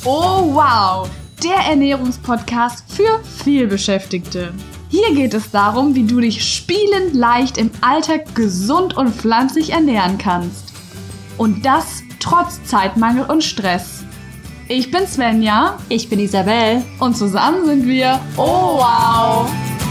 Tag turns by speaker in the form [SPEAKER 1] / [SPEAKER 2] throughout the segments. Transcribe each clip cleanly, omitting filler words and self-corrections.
[SPEAKER 1] Oh wow, der Ernährungspodcast für Vielbeschäftigte. Hier geht es darum, wie du dich spielend leicht im Alltag gesund und pflanzlich ernähren kannst. Und das trotz Zeitmangel und Stress. Ich bin Svenja.
[SPEAKER 2] Ich bin Isabel.
[SPEAKER 1] Und zusammen sind wir Oh wow!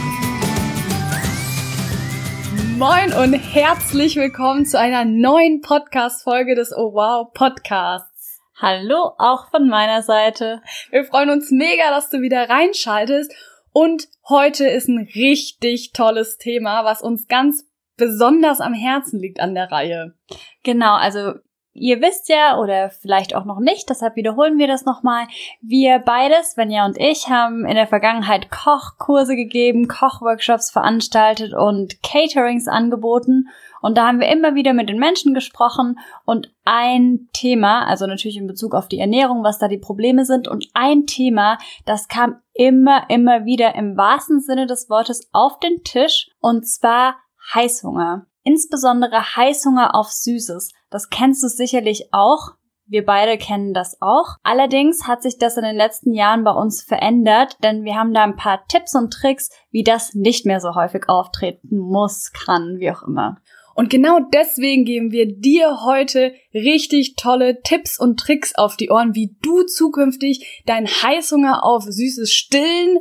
[SPEAKER 1] Moin und herzlich willkommen zu einer neuen Podcast-Folge des Oh wow Podcasts.
[SPEAKER 2] Hallo, auch von meiner Seite.
[SPEAKER 1] Wir freuen uns mega, dass du wieder reinschaltest. Und heute ist ein richtig tolles Thema, was uns ganz besonders am Herzen liegt an der Reihe.
[SPEAKER 2] Genau, also ihr wisst ja, oder vielleicht auch noch nicht, deshalb wiederholen wir das nochmal. Wir beides, Svenja und ich, haben in der Vergangenheit Kochkurse gegeben, Kochworkshops veranstaltet und Caterings angeboten. Und da haben wir immer wieder mit den Menschen gesprochen und ein Thema, also natürlich in Bezug auf die Ernährung, was da die Probleme sind, und ein Thema, das kam immer wieder im wahrsten Sinne des Wortes auf den Tisch, und zwar Heißhunger. Insbesondere Heißhunger auf Süßes. Das kennst du sicherlich auch. Wir beide kennen das auch. Allerdings hat sich das in den letzten Jahren bei uns verändert, denn wir haben da ein paar Tipps und Tricks, wie das nicht mehr so häufig auftreten muss, kann, wie auch immer.
[SPEAKER 1] Und genau deswegen geben wir dir heute richtig tolle Tipps und Tricks auf die Ohren, wie du zukünftig deinen Heißhunger auf Süßes stillen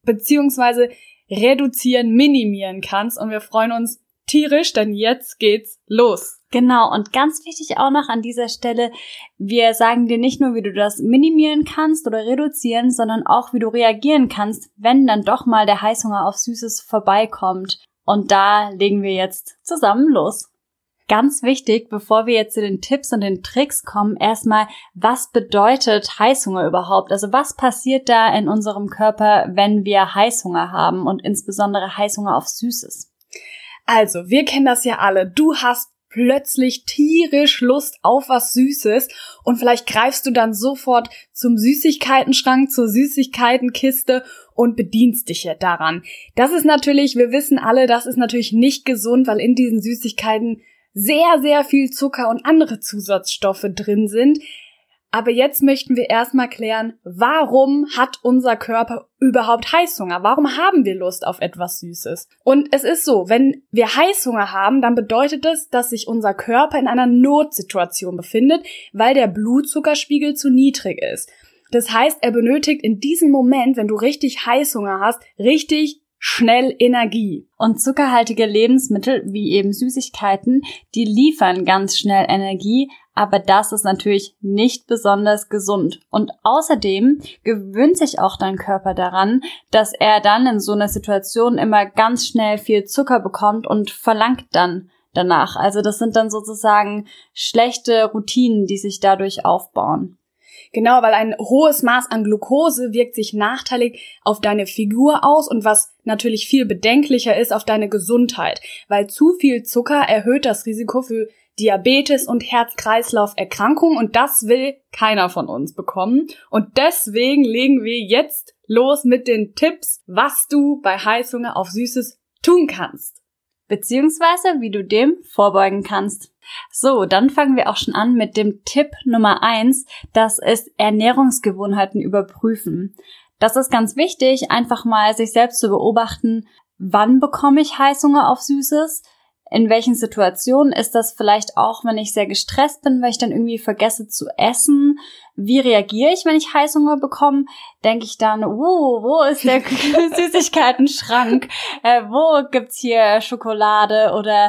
[SPEAKER 1] bzw. reduzieren, minimieren kannst. Und wir freuen uns tierisch, denn jetzt geht's los.
[SPEAKER 2] Genau, und ganz wichtig auch noch an dieser Stelle, wir sagen dir nicht nur, wie du das minimieren kannst oder reduzieren, sondern auch, wie du reagieren kannst, wenn dann doch mal der Heißhunger auf Süßes vorbeikommt. Und da legen wir jetzt zusammen los. Ganz wichtig, bevor wir jetzt zu den Tipps und den Tricks kommen, erstmal, was bedeutet Heißhunger überhaupt? Also was passiert da in unserem Körper, wenn wir Heißhunger haben und insbesondere Heißhunger auf Süßes?
[SPEAKER 1] Also, wir kennen das ja alle. Du hast plötzlich tierisch Lust auf was Süßes und vielleicht greifst du dann sofort zum Süßigkeitenschrank, zur Süßigkeitenkiste und bedienst dich ja daran. Das ist natürlich, wir wissen alle, das ist natürlich nicht gesund, weil in diesen Süßigkeiten sehr viel Zucker und andere Zusatzstoffe drin sind. Aber jetzt möchten wir erstmal klären, warum hat unser Körper überhaupt Heißhunger? Warum haben wir Lust auf etwas Süßes? Und es ist so, wenn wir Heißhunger haben, dann bedeutet es, dass sich unser Körper in einer Notsituation befindet, weil der Blutzuckerspiegel zu niedrig ist. Das heißt, er benötigt in diesem Moment, wenn du richtig Heißhunger hast, richtig schnell Energie.
[SPEAKER 2] Und zuckerhaltige Lebensmittel, wie eben Süßigkeiten, die liefern ganz schnell Energie, aber das ist natürlich nicht besonders gesund. Und außerdem gewöhnt sich auch dein Körper daran, dass er dann in so einer Situation immer ganz schnell viel Zucker bekommt und verlangt dann danach. Also das sind dann sozusagen schlechte Routinen, die sich dadurch aufbauen.
[SPEAKER 1] Genau, weil ein hohes Maß an Glucose wirkt sich nachteilig auf deine Figur aus und was natürlich viel bedenklicher ist, auf deine Gesundheit. Weil zu viel Zucker erhöht das Risiko für Diabetes und Herz-Kreislauf-Erkrankungen und das will keiner von uns bekommen. Und deswegen legen wir jetzt los mit den Tipps, was du bei Heißhunger auf Süßes tun kannst.
[SPEAKER 2] Beziehungsweise wie du dem vorbeugen kannst. So, dann fangen wir auch schon an mit dem Tipp Nummer 1, das ist Ernährungsgewohnheiten überprüfen. Das ist ganz wichtig, einfach mal sich selbst zu beobachten, wann bekomme ich Heißhunger auf Süßes? In welchen Situationen ist das vielleicht auch, wenn ich sehr gestresst bin, weil ich dann irgendwie vergesse zu essen? Wie reagiere ich, wenn ich Heißhunger bekomme? Denke ich dann, wo ist der Süßigkeiten-Schrank? Wo gibt's hier Schokolade? Oder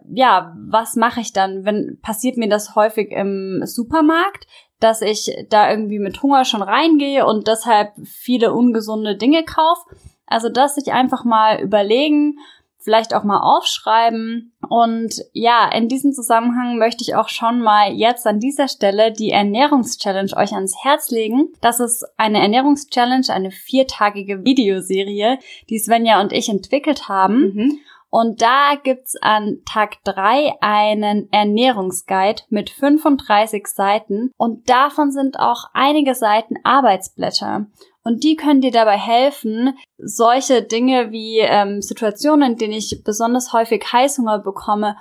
[SPEAKER 2] was mache ich dann? Passiert mir das häufig im Supermarkt, dass ich da irgendwie mit Hunger schon reingehe und deshalb viele ungesunde Dinge kaufe? Also das sich einfach mal überlegen, vielleicht auch mal aufschreiben. Und ja, in diesem Zusammenhang möchte ich auch schon mal jetzt an dieser Stelle die Ernährungschallenge euch ans Herz legen. Das ist eine Ernährungschallenge, eine 4-tägige Videoserie, die Svenja und ich entwickelt haben. Und da gibt's an Tag 3 einen Ernährungsguide mit 35 Seiten. Und davon sind auch einige Seiten Arbeitsblätter. Und die können dir dabei helfen, solche Dinge wie Situationen, in denen ich besonders häufig Heißhunger bekomme,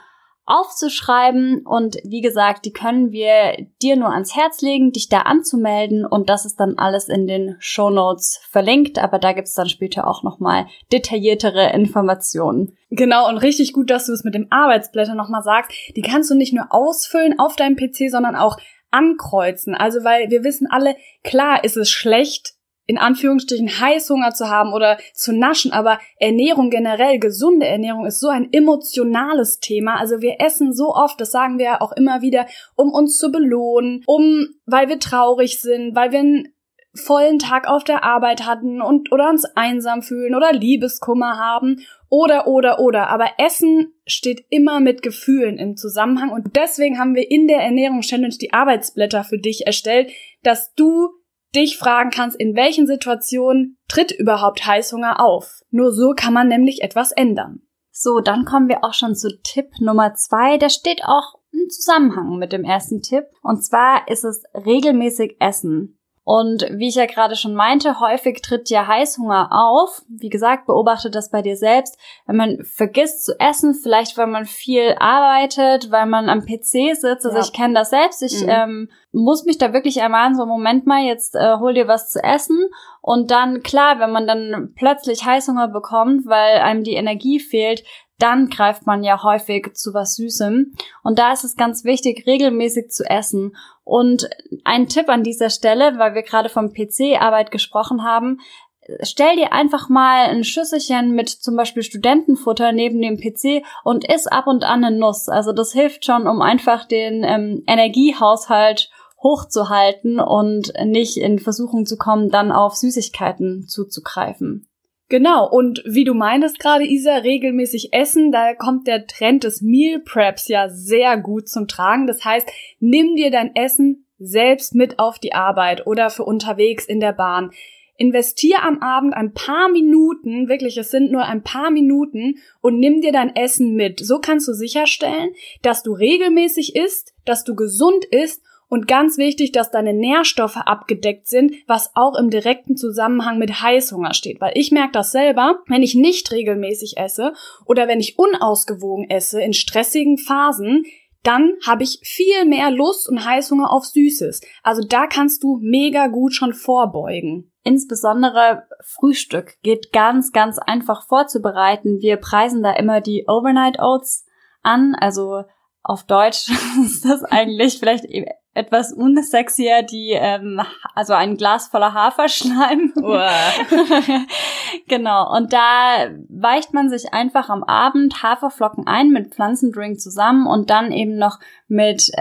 [SPEAKER 2] aufzuschreiben. Und wie gesagt, die können wir dir nur ans Herz legen, dich da anzumelden. Und das ist dann alles in den Shownotes verlinkt. Aber da gibt's dann später auch nochmal detailliertere Informationen.
[SPEAKER 1] Genau, und richtig gut, dass du es mit dem Arbeitsblätter nochmal sagst. Die kannst du nicht nur ausfüllen auf deinem PC, sondern auch ankreuzen. Also, weil wir wissen alle, klar ist es schlecht, in Anführungsstrichen Heißhunger zu haben oder zu naschen, aber Ernährung generell, gesunde Ernährung ist so ein emotionales Thema. Also wir essen so oft, das sagen wir ja auch immer wieder, um uns zu belohnen, weil wir traurig sind, weil wir einen vollen Tag auf der Arbeit hatten oder uns einsam fühlen oder Liebeskummer haben oder. Aber Essen steht immer mit Gefühlen im Zusammenhang und deswegen haben wir in der Ernährungschallenge die Arbeitsblätter für dich erstellt, dass du dich fragen kannst, in welchen Situationen tritt überhaupt Heißhunger auf. Nur so kann man nämlich etwas ändern.
[SPEAKER 2] So, dann kommen wir auch schon zu Tipp Nummer 2. Der steht auch im Zusammenhang mit dem ersten Tipp. Und zwar ist es regelmäßig Essen. Und wie ich ja gerade schon meinte, häufig tritt ja Heißhunger auf. Wie gesagt, beobachte das bei dir selbst. Wenn man vergisst zu essen, vielleicht weil man viel arbeitet, weil man am PC sitzt. Also ich kenne das selbst. Ich muss mich da wirklich ermahnen, so Moment mal, jetzt hol dir was zu essen. Und dann, klar, wenn man dann plötzlich Heißhunger bekommt, weil einem die Energie fehlt, dann greift man ja häufig zu was Süßem. Und da ist es ganz wichtig, regelmäßig zu essen. Und ein Tipp an dieser Stelle, weil wir gerade vom PC-Arbeit gesprochen haben, stell dir einfach mal ein Schüsselchen mit zum Beispiel Studentenfutter neben dem PC und iss ab und an eine Nuss. Also das hilft schon, um einfach den Energiehaushalt hochzuhalten und nicht in Versuchung zu kommen, dann auf Süßigkeiten zuzugreifen.
[SPEAKER 1] Genau, und wie du meintest gerade, Isa, regelmäßig essen, da kommt der Trend des Meal Preps ja sehr gut zum Tragen. Das heißt, nimm dir dein Essen selbst mit auf die Arbeit oder für unterwegs in der Bahn. Investier am Abend ein paar Minuten, wirklich, es sind nur ein paar Minuten, und nimm dir dein Essen mit. So kannst du sicherstellen, dass du regelmäßig isst, dass du gesund isst. Und ganz wichtig, dass deine Nährstoffe abgedeckt sind, was auch im direkten Zusammenhang mit Heißhunger steht. Weil ich merke das selber, wenn ich nicht regelmäßig esse oder wenn ich unausgewogen esse in stressigen Phasen, dann habe ich viel mehr Lust und Heißhunger auf Süßes. Also da kannst du mega gut schon vorbeugen.
[SPEAKER 2] Insbesondere Frühstück geht ganz, ganz einfach vorzubereiten. Wir preisen da immer die Overnight Oats an, also auf Deutsch ist das eigentlich vielleicht etwas unsexier, also ein Glas voller Haferschleim. Genau, und da weicht man sich einfach am Abend Haferflocken ein mit Pflanzendrink zusammen und dann eben noch mit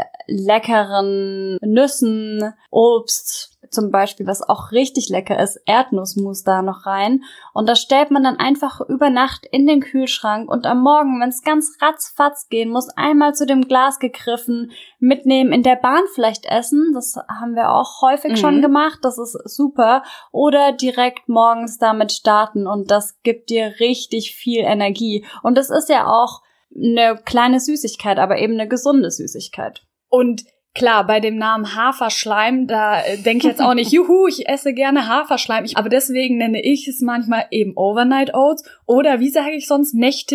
[SPEAKER 2] leckeren Nüssen, Obst, zum Beispiel, was auch richtig lecker ist, Erdnussmus da noch rein. Und das stellt man dann einfach über Nacht in den Kühlschrank und am Morgen, wenn es ganz ratzfatz gehen muss, einmal zu dem Glas gegriffen, mitnehmen, in der Bahn vielleicht essen. Das haben wir auch häufig schon gemacht. Das ist super. Oder direkt morgens damit starten und das gibt dir richtig viel Energie. Und das ist ja auch eine kleine Süßigkeit, aber eben eine gesunde Süßigkeit.
[SPEAKER 1] Und klar, bei dem Namen Haferschleim, da denke ich jetzt auch nicht, juhu, ich esse gerne Haferschleim. Aber deswegen nenne ich es manchmal eben Overnight Oats oder wie sage ich sonst,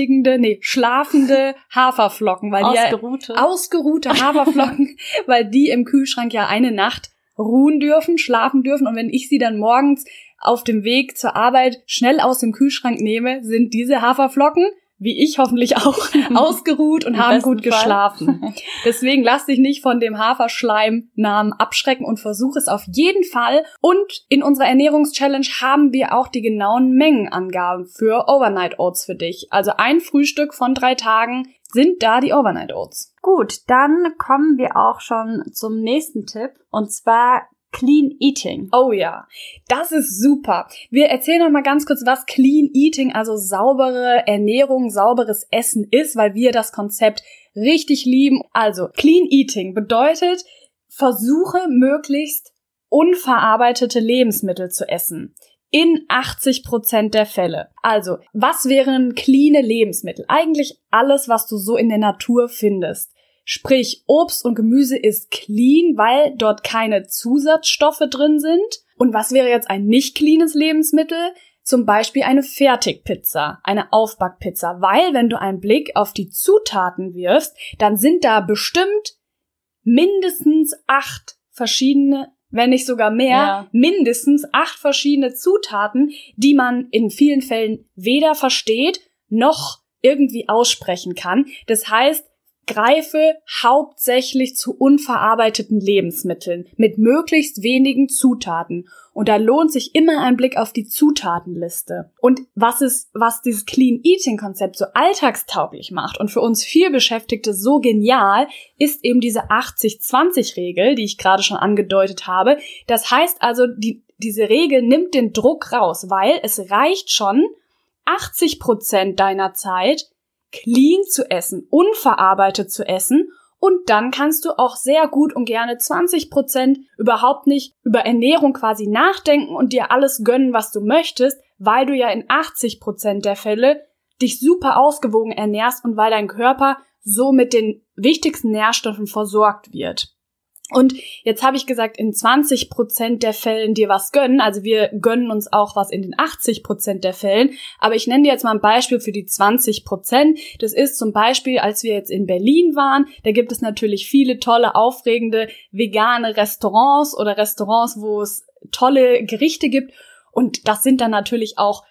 [SPEAKER 1] schlafende Haferflocken. Weil ausgeruhte Haferflocken, weil die im Kühlschrank ja eine Nacht ruhen dürfen, schlafen dürfen. Und wenn ich sie dann morgens auf dem Weg zur Arbeit schnell aus dem Kühlschrank nehme, sind diese Haferflocken, wie ich hoffentlich auch, ausgeruht und haben gut geschlafen. Deswegen lass dich nicht von dem Haferschleim-Namen abschrecken und versuch es auf jeden Fall. Und in unserer Ernährungschallenge haben wir auch die genauen Mengenangaben für Overnight Oats für dich. Also ein Frühstück von 3 Tagen sind da die Overnight Oats.
[SPEAKER 2] Gut, dann kommen wir auch schon zum nächsten Tipp, und zwar Clean Eating.
[SPEAKER 1] Oh ja, das ist super. Wir erzählen noch mal ganz kurz, was Clean Eating, also saubere Ernährung, sauberes Essen ist, weil wir das Konzept richtig lieben. Also Clean Eating bedeutet, versuche möglichst unverarbeitete Lebensmittel zu essen. In 80% der Fälle. Also, was wären cleane Lebensmittel? Eigentlich alles, was du so in der Natur findest. Sprich, Obst und Gemüse ist clean, weil dort keine Zusatzstoffe drin sind. Und was wäre jetzt ein nicht cleanes Lebensmittel? zum Beispiel eine Fertigpizza, eine Aufbackpizza, weil wenn du einen Blick auf die Zutaten wirfst, dann sind da bestimmt mindestens 8 verschiedene, wenn nicht sogar mehr, mindestens 8 verschiedene Zutaten, die man in vielen Fällen weder versteht noch irgendwie aussprechen kann. Das heißt, greife hauptsächlich zu unverarbeiteten Lebensmitteln mit möglichst wenigen Zutaten. Und da lohnt sich immer ein Blick auf die Zutatenliste. Und was dieses Clean Eating Konzept so alltagstauglich macht und für uns vielbeschäftigte so genial, ist eben diese 80-20-Regel, die ich gerade schon angedeutet habe. Das heißt also, diese Regel nimmt den Druck raus, weil es reicht schon, 80% deiner Zeit clean zu essen, unverarbeitet zu essen, und dann kannst du auch sehr gut und gerne 20% überhaupt nicht über Ernährung quasi nachdenken und dir alles gönnen, was du möchtest, weil du ja in 80% der Fälle dich super ausgewogen ernährst und weil dein Körper so mit den wichtigsten Nährstoffen versorgt wird. Und jetzt habe ich gesagt, in 20% der Fällen dir was gönnen. Also wir gönnen uns auch was in den 80% der Fällen. Aber ich nenne dir jetzt mal ein Beispiel für die 20%. Das ist zum Beispiel, als wir jetzt in Berlin waren, da gibt es natürlich viele tolle, aufregende, vegane Restaurants oder Restaurants, wo es tolle Gerichte gibt. Und das sind dann natürlich auch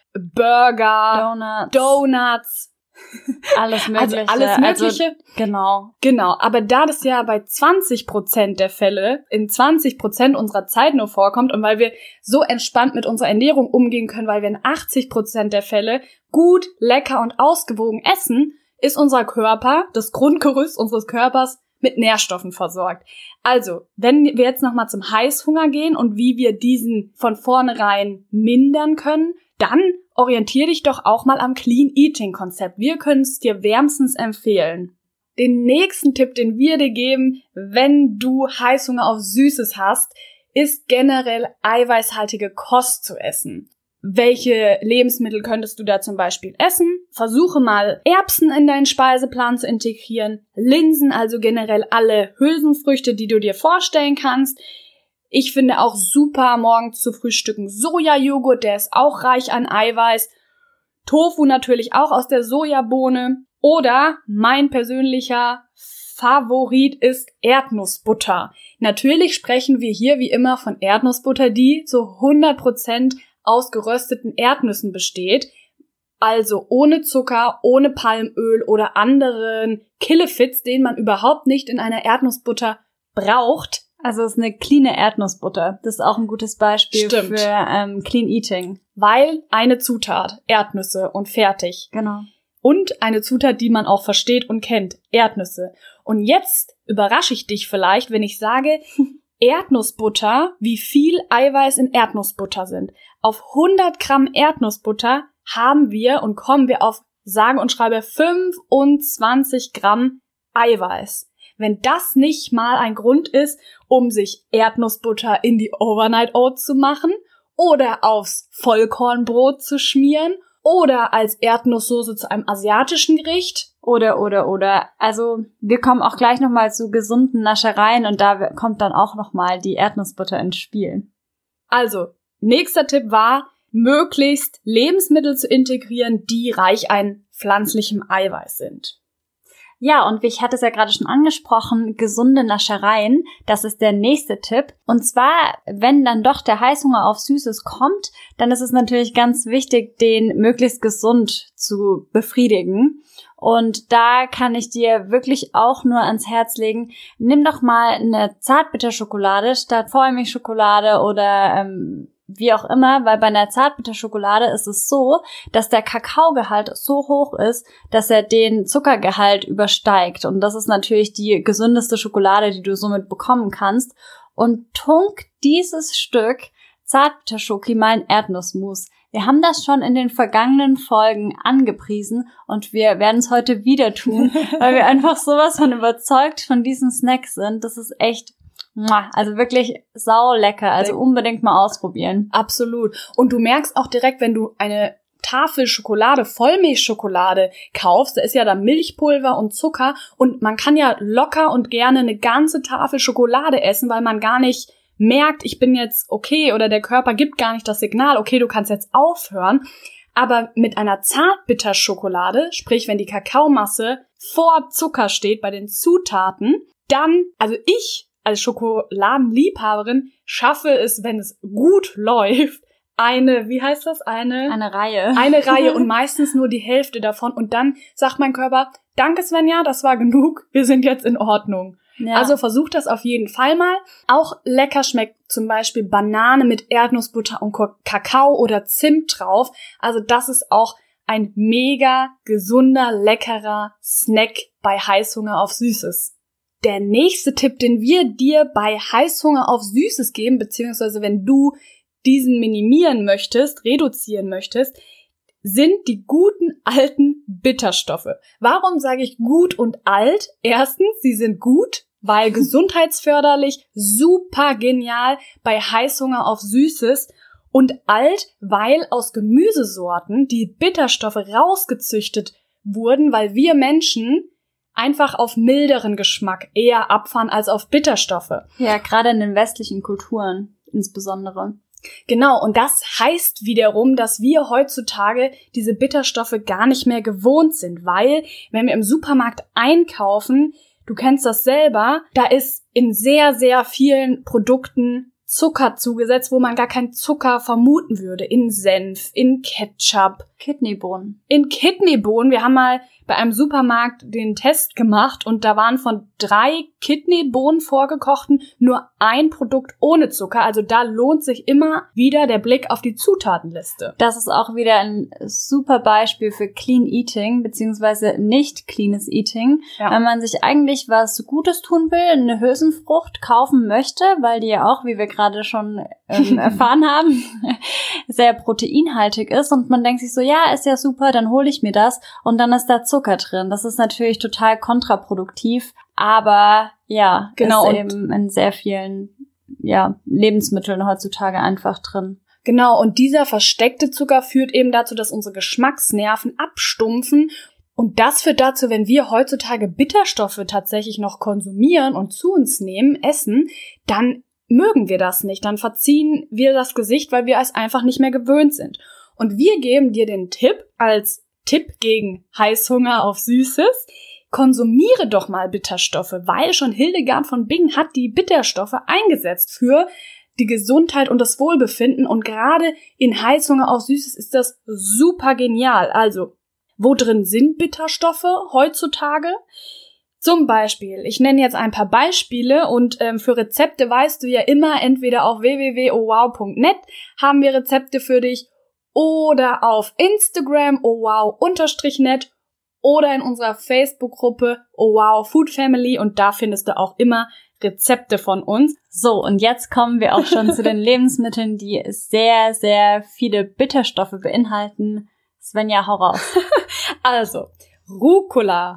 [SPEAKER 1] Burger, Donuts,
[SPEAKER 2] alles Mögliche.
[SPEAKER 1] Also alles Mögliche.
[SPEAKER 2] Also,
[SPEAKER 1] Genau. Aber da das ja bei 20% der Fälle in 20% unserer Zeit nur vorkommt und weil wir so entspannt mit unserer Ernährung umgehen können, weil wir in 80% der Fälle gut, lecker und ausgewogen essen, ist unser Körper, das Grundgerüst unseres Körpers, mit Nährstoffen versorgt. Also, wenn wir jetzt nochmal zum Heißhunger gehen und wie wir diesen von vornherein mindern können, dann orientier dich doch auch mal am Clean Eating Konzept. Wir können es dir wärmstens empfehlen. Den nächsten Tipp, den wir dir geben, wenn du Heißhunger auf Süßes hast, ist generell eiweißhaltige Kost zu essen. Welche Lebensmittel könntest du da zum Beispiel essen? Versuche mal Erbsen in deinen Speiseplan zu integrieren, Linsen, also generell alle Hülsenfrüchte, die du dir vorstellen kannst. Ich finde auch super, morgens zu frühstücken Sojajoghurt, der ist auch reich an Eiweiß. Tofu natürlich auch aus der Sojabohne. Oder mein persönlicher Favorit ist Erdnussbutter. Natürlich sprechen wir hier wie immer von Erdnussbutter, die zu 100% aus gerösteten Erdnüssen besteht. Also ohne Zucker, ohne Palmöl oder anderen Killefits, den man überhaupt nicht in einer Erdnussbutter braucht.
[SPEAKER 2] Also es ist eine cleane Erdnussbutter. Das ist auch ein gutes Beispiel für Clean Eating.
[SPEAKER 1] Weil eine Zutat, Erdnüsse und fertig.
[SPEAKER 2] Genau.
[SPEAKER 1] Und eine Zutat, die man auch versteht und kennt, Erdnüsse. Und jetzt überrasche ich dich vielleicht, wenn ich sage, Erdnussbutter, wie viel Eiweiß in Erdnussbutter sind. Auf 100 Gramm Erdnussbutter haben wir und kommen wir auf sage und schreibe 25 Gramm Eiweiß. Wenn das nicht mal ein Grund ist, um sich Erdnussbutter in die Overnight Oats zu machen oder aufs Vollkornbrot zu schmieren oder als Erdnusssoße zu einem asiatischen Gericht.
[SPEAKER 2] Oder. Also wir kommen auch gleich nochmal zu gesunden Naschereien und da kommt dann auch nochmal die Erdnussbutter ins Spiel.
[SPEAKER 1] Also, nächster Tipp war, möglichst Lebensmittel zu integrieren, die reich an pflanzlichem Eiweiß sind.
[SPEAKER 2] Ja, und wie ich hatte es ja gerade schon angesprochen, gesunde Naschereien, das ist der nächste Tipp. Und zwar, wenn dann doch der Heißhunger auf Süßes kommt, dann ist es natürlich ganz wichtig, den möglichst gesund zu befriedigen. Und da kann ich dir wirklich auch nur ans Herz legen, nimm doch mal eine Zartbitterschokolade statt Vollmilchschokolade oder wie auch immer, weil bei einer Zartbitterschokolade ist es so, dass der Kakaogehalt so hoch ist, dass er den Zuckergehalt übersteigt. Und das ist natürlich die gesündeste Schokolade, die du somit bekommen kannst. Und tunk dieses Stück Zartbitterschoki mal in Erdnussmus. Wir haben das schon in den vergangenen Folgen angepriesen und wir werden es heute wieder tun, weil wir einfach sowas von überzeugt von diesen Snacks sind. Das ist echt, also wirklich sau lecker. Also unbedingt mal ausprobieren.
[SPEAKER 1] Absolut. Und du merkst auch direkt, wenn du eine Tafel Schokolade, Vollmilchschokolade kaufst, da ist ja da Milchpulver und Zucker und man kann ja locker und gerne eine ganze Tafel Schokolade essen, weil man gar nicht merkt, ich bin jetzt okay oder der Körper gibt gar nicht das Signal, okay, du kannst jetzt aufhören. Aber mit einer Zartbitterschokolade, sprich, wenn die Kakaomasse vor Zucker steht bei den Zutaten, dann, also ich als Schokoladenliebhaberin schaffe es, wenn es gut läuft, eine Reihe. Eine Reihe und meistens nur die Hälfte davon. Und dann sagt mein Körper, danke Svenja, das war genug, wir sind jetzt in Ordnung. Ja. Also versucht das auf jeden Fall mal. Auch lecker schmeckt zum Beispiel Banane mit Erdnussbutter und Kakao oder Zimt drauf. Also das ist auch ein mega gesunder, leckerer Snack bei Heißhunger auf Süßes. Der nächste Tipp, den wir dir bei Heißhunger auf Süßes geben, beziehungsweise wenn du diesen minimieren möchtest, reduzieren möchtest, sind die guten alten Bitterstoffe. Warum sage ich gut und alt? Erstens, sie sind gut, weil gesundheitsförderlich, super genial bei Heißhunger auf Süßes, und alt, weil aus Gemüsesorten die Bitterstoffe rausgezüchtet wurden, weil wir Menschen einfach auf milderen Geschmack eher abfahren als auf Bitterstoffe.
[SPEAKER 2] Ja, gerade in den westlichen Kulturen insbesondere.
[SPEAKER 1] Genau, und das heißt wiederum, dass wir heutzutage diese Bitterstoffe gar nicht mehr gewohnt sind, weil, wenn wir im Supermarkt einkaufen, du kennst das selber, da ist in sehr, sehr vielen Produkten Zucker zugesetzt, wo man gar keinen Zucker vermuten würde. In Senf, in Ketchup.
[SPEAKER 2] Kidneybohnen.
[SPEAKER 1] In Kidneybohnen. Wir haben mal bei einem Supermarkt den Test gemacht und da waren von 3 Kidneybohnen vorgekochten nur ein Produkt ohne Zucker. Also da lohnt sich immer wieder der Blick auf die Zutatenliste.
[SPEAKER 2] Das ist auch wieder ein super Beispiel für Clean Eating beziehungsweise nicht cleanes Eating. Ja. Wenn man sich eigentlich was Gutes tun will, eine Hülsenfrucht kaufen möchte, weil die ja auch, wie wir gerade schon erfahren haben, sehr proteinhaltig ist und man denkt sich so, ja, ist ja super, dann hole ich mir das und dann ist da Zucker drin. Das ist natürlich total kontraproduktiv, aber ja,
[SPEAKER 1] genau,
[SPEAKER 2] ist eben in sehr vielen Lebensmitteln heutzutage einfach drin.
[SPEAKER 1] Genau, und dieser versteckte Zucker führt eben dazu, dass unsere Geschmacksnerven abstumpfen. Und das führt dazu, wenn wir heutzutage Bitterstoffe tatsächlich noch konsumieren und zu uns nehmen, essen, dann mögen wir das nicht. Dann verziehen wir das Gesicht, weil wir es einfach nicht mehr gewöhnt sind. Und wir geben dir den Tipp als Tipp gegen Heißhunger auf Süßes: konsumiere doch mal Bitterstoffe, weil schon Hildegard von Bingen hat die Bitterstoffe eingesetzt für die Gesundheit und das Wohlbefinden. Und gerade in Heißhunger auf Süßes ist das super genial. Also, wo drin sind Bitterstoffe heutzutage? Zum Beispiel, ich nenne jetzt ein paar Beispiele und für Rezepte weißt du ja immer, entweder auf www.owow.net haben wir Rezepte für dich oder auf Instagram owow_net oder in unserer Facebook-Gruppe owow Food Family und da findest du auch immer Rezepte von uns.
[SPEAKER 2] So, und jetzt kommen wir auch schon zu den Lebensmitteln, die sehr, sehr viele Bitterstoffe beinhalten. Svenja, hau raus.
[SPEAKER 1] Also, Rucola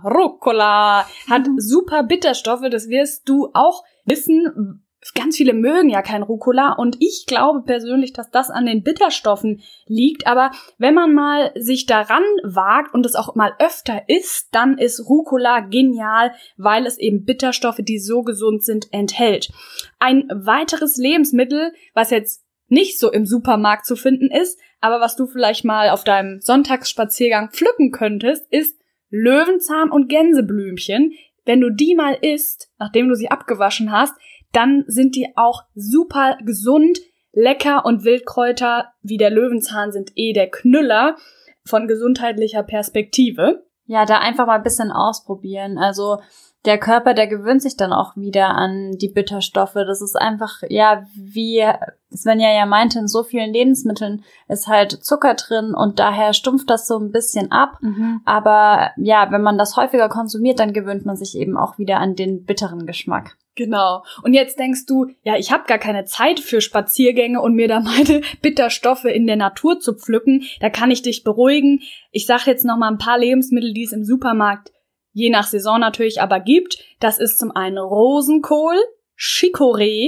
[SPEAKER 1] hat super Bitterstoffe, das wirst du auch wissen. Ganz viele mögen ja kein Rucola und ich glaube persönlich, dass das an den Bitterstoffen liegt. Aber wenn man mal sich daran wagt und es auch mal öfter isst, dann ist Rucola genial, weil es eben Bitterstoffe, die so gesund sind, enthält. Ein weiteres Lebensmittel, was jetzt nicht so im Supermarkt zu finden ist, aber was du vielleicht mal auf deinem Sonntagsspaziergang pflücken könntest, ist Löwenzahn und Gänseblümchen. Wenn du die mal isst, nachdem du sie abgewaschen hast, dann sind die auch super gesund, lecker und Wildkräuter wie der Löwenzahn sind der Knüller von gesundheitlicher Perspektive.
[SPEAKER 2] Ja, da einfach mal ein bisschen ausprobieren. Also der Körper, der gewöhnt sich dann auch wieder an die Bitterstoffe. Das ist einfach, ja, wie Svenja ja meinte, in so vielen Lebensmitteln ist halt Zucker drin und daher stumpft das so ein bisschen ab. Mhm. Aber ja, wenn man das häufiger konsumiert, dann gewöhnt man sich eben auch wieder an den bitteren Geschmack.
[SPEAKER 1] Genau. Und jetzt denkst du, ja, ich habe gar keine Zeit für Spaziergänge und mir da meine Bitterstoffe in der Natur zu pflücken. Da kann ich dich beruhigen. Ich sage jetzt noch mal ein paar Lebensmittel, die es im Supermarkt je nach Saison natürlich aber gibt. Das ist zum einen Rosenkohl, Chicorée.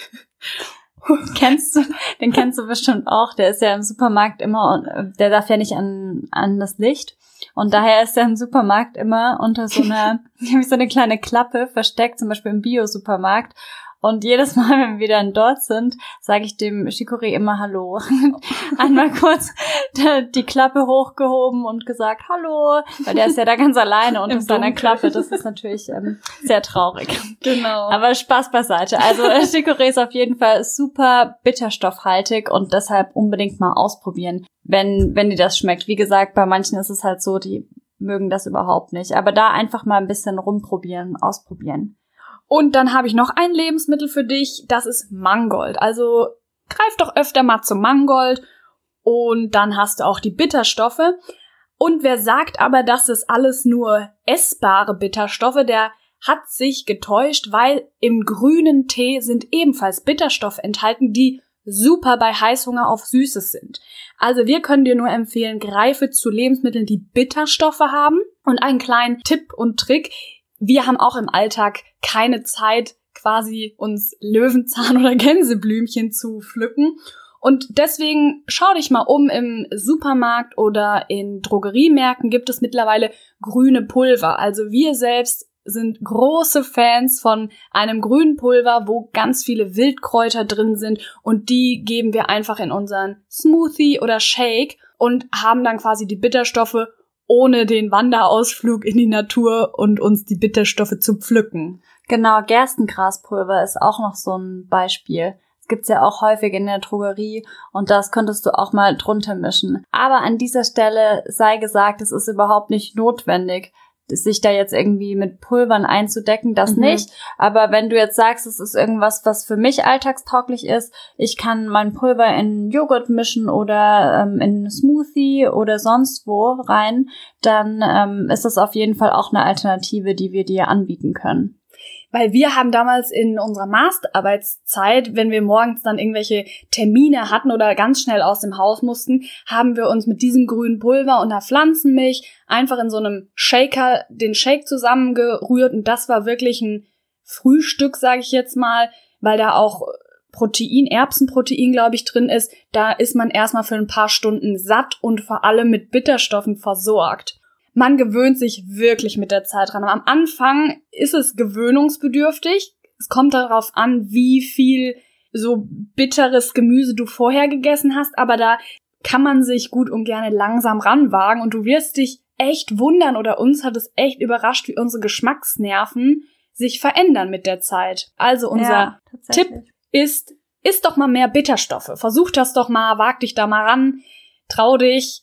[SPEAKER 2] Den kennst du bestimmt auch. Der ist ja im Supermarkt immer, und der darf ja nicht an das Licht. Und daher ist er im Supermarkt immer unter so einer, wie so eine kleine Klappe versteckt, zum Beispiel im Bio-Supermarkt. Und jedes Mal, wenn wir dann dort sind, sage ich dem Chicorée immer Hallo. Einmal kurz die Klappe hochgehoben und gesagt Hallo, weil der ist ja da ganz alleine und ist dann eine Klappe. Das ist natürlich sehr traurig.
[SPEAKER 1] Genau.
[SPEAKER 2] Aber Spaß beiseite. Also Chicorée ist auf jeden Fall super bitterstoffhaltig und deshalb unbedingt mal ausprobieren, wenn dir das schmeckt. Wie gesagt, bei manchen ist es halt so, die mögen das überhaupt nicht. Aber da einfach mal ein bisschen rumprobieren, ausprobieren.
[SPEAKER 1] Und dann habe ich noch ein Lebensmittel für dich, das ist Mangold. Also greif doch öfter mal zum Mangold und dann hast du auch die Bitterstoffe. Und wer sagt aber, dass es alles nur essbare Bitterstoffe, der hat sich getäuscht, weil im grünen Tee sind ebenfalls Bitterstoffe enthalten, die super bei Heißhunger auf Süßes sind. Also wir können dir nur empfehlen, greife zu Lebensmitteln, die Bitterstoffe haben. Und einen kleinen Tipp und Trick: Wir haben auch im Alltag keine Zeit, quasi uns Löwenzahn oder Gänseblümchen zu pflücken. Und deswegen schau dich mal um, im Supermarkt oder in Drogeriemärkten gibt es mittlerweile grüne Pulver. Also wir selbst sind große Fans von einem grünen Pulver, wo ganz viele Wildkräuter drin sind und die geben wir einfach in unseren Smoothie oder Shake und haben dann quasi die Bitterstoffe ohne den Wanderausflug in die Natur und uns die Bitterstoffe zu pflücken.
[SPEAKER 2] Genau, Gerstengraspulver ist auch noch so ein Beispiel. Das gibt's ja auch häufig in der Drogerie und das könntest du auch mal drunter mischen. Aber an dieser Stelle sei gesagt, es ist überhaupt nicht notwendig, sich da jetzt irgendwie mit Pulvern einzudecken, das nicht. Aber wenn du jetzt sagst, es ist irgendwas, was für mich alltagstauglich ist, ich kann mein Pulver in Joghurt mischen oder in Smoothie oder sonst wo rein, dann ist das auf jeden Fall auch eine Alternative, die wir dir anbieten können.
[SPEAKER 1] Weil wir haben damals in unserer Masterarbeitszeit, wenn wir morgens dann irgendwelche Termine hatten oder ganz schnell aus dem Haus mussten, haben wir uns mit diesem grünen Pulver und der Pflanzenmilch einfach in so einem Shaker den Shake zusammengerührt. Und das war wirklich ein Frühstück, sage ich jetzt mal, weil da auch Protein, Erbsenprotein, glaube ich, drin ist. Da ist man erstmal für ein paar Stunden satt und vor allem mit Bitterstoffen versorgt. Man gewöhnt sich wirklich mit der Zeit dran. Am Anfang ist es gewöhnungsbedürftig. Es kommt darauf an, wie viel so bitteres Gemüse du vorher gegessen hast. Aber da kann man sich gut und gerne langsam ranwagen. Und du wirst dich echt wundern, oder uns hat es echt überrascht, wie unsere Geschmacksnerven sich verändern mit der Zeit. Also unser Tipp ist, iss doch mal mehr Bitterstoffe. Versuch das doch mal, wag dich da mal ran, trau dich.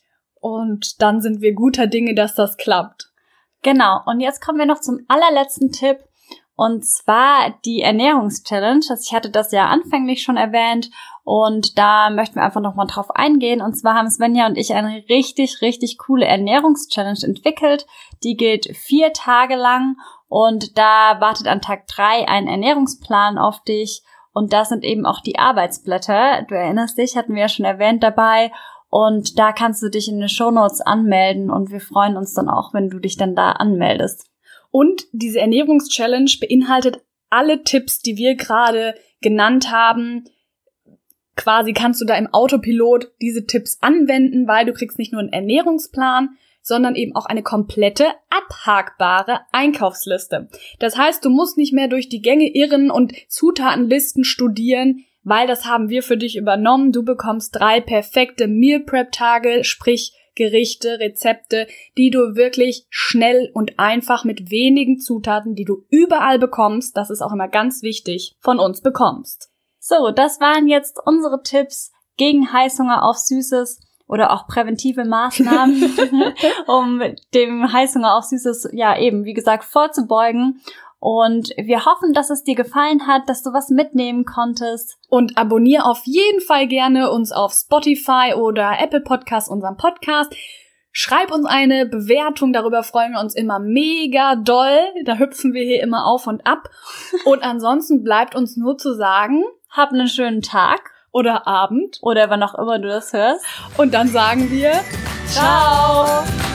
[SPEAKER 1] Und dann sind wir guter Dinge, dass das klappt.
[SPEAKER 2] Genau. Und jetzt kommen wir noch zum allerletzten Tipp. Und zwar die Ernährungschallenge. Also ich hatte das ja anfänglich schon erwähnt. Und da möchten wir einfach nochmal drauf eingehen. Und zwar haben Svenja und ich eine richtig, richtig coole Ernährungschallenge entwickelt. Die geht 4 Tage lang. Und da wartet an Tag 3 ein Ernährungsplan auf dich. Und da sind eben auch die Arbeitsblätter. Du erinnerst dich, hatten wir ja schon erwähnt, dabei. Und da kannst du dich in den Shownotes anmelden und wir freuen uns dann auch, wenn du dich dann da anmeldest.
[SPEAKER 1] Und diese Ernährungschallenge beinhaltet alle Tipps, die wir gerade genannt haben. Quasi kannst du da im Autopilot diese Tipps anwenden, weil du kriegst nicht nur einen Ernährungsplan, sondern eben auch eine komplette, abhakbare Einkaufsliste. Das heißt, du musst nicht mehr durch die Gänge irren und Zutatenlisten studieren, weil das haben wir für dich übernommen. Du bekommst 3 perfekte Meal Prep Tage, sprich Gerichte, Rezepte, die du wirklich schnell und einfach mit wenigen Zutaten, die du überall bekommst, das ist auch immer ganz wichtig, von uns bekommst.
[SPEAKER 2] So, das waren jetzt unsere Tipps gegen Heißhunger auf Süßes oder auch präventive Maßnahmen, um dem Heißhunger auf Süßes, ja eben, wie gesagt, vorzubeugen. Und wir hoffen, dass es dir gefallen hat, dass du was mitnehmen konntest.
[SPEAKER 1] Und abonniere auf jeden Fall gerne uns auf Spotify oder Apple Podcasts, unseren Podcast. Schreib uns eine Bewertung, darüber freuen wir uns immer mega doll. Da hüpfen wir hier immer auf und ab. Und ansonsten bleibt uns nur zu sagen,
[SPEAKER 2] hab einen schönen Tag
[SPEAKER 1] oder Abend
[SPEAKER 2] oder wann auch immer du das hörst.
[SPEAKER 1] Und dann sagen wir
[SPEAKER 2] Ciao!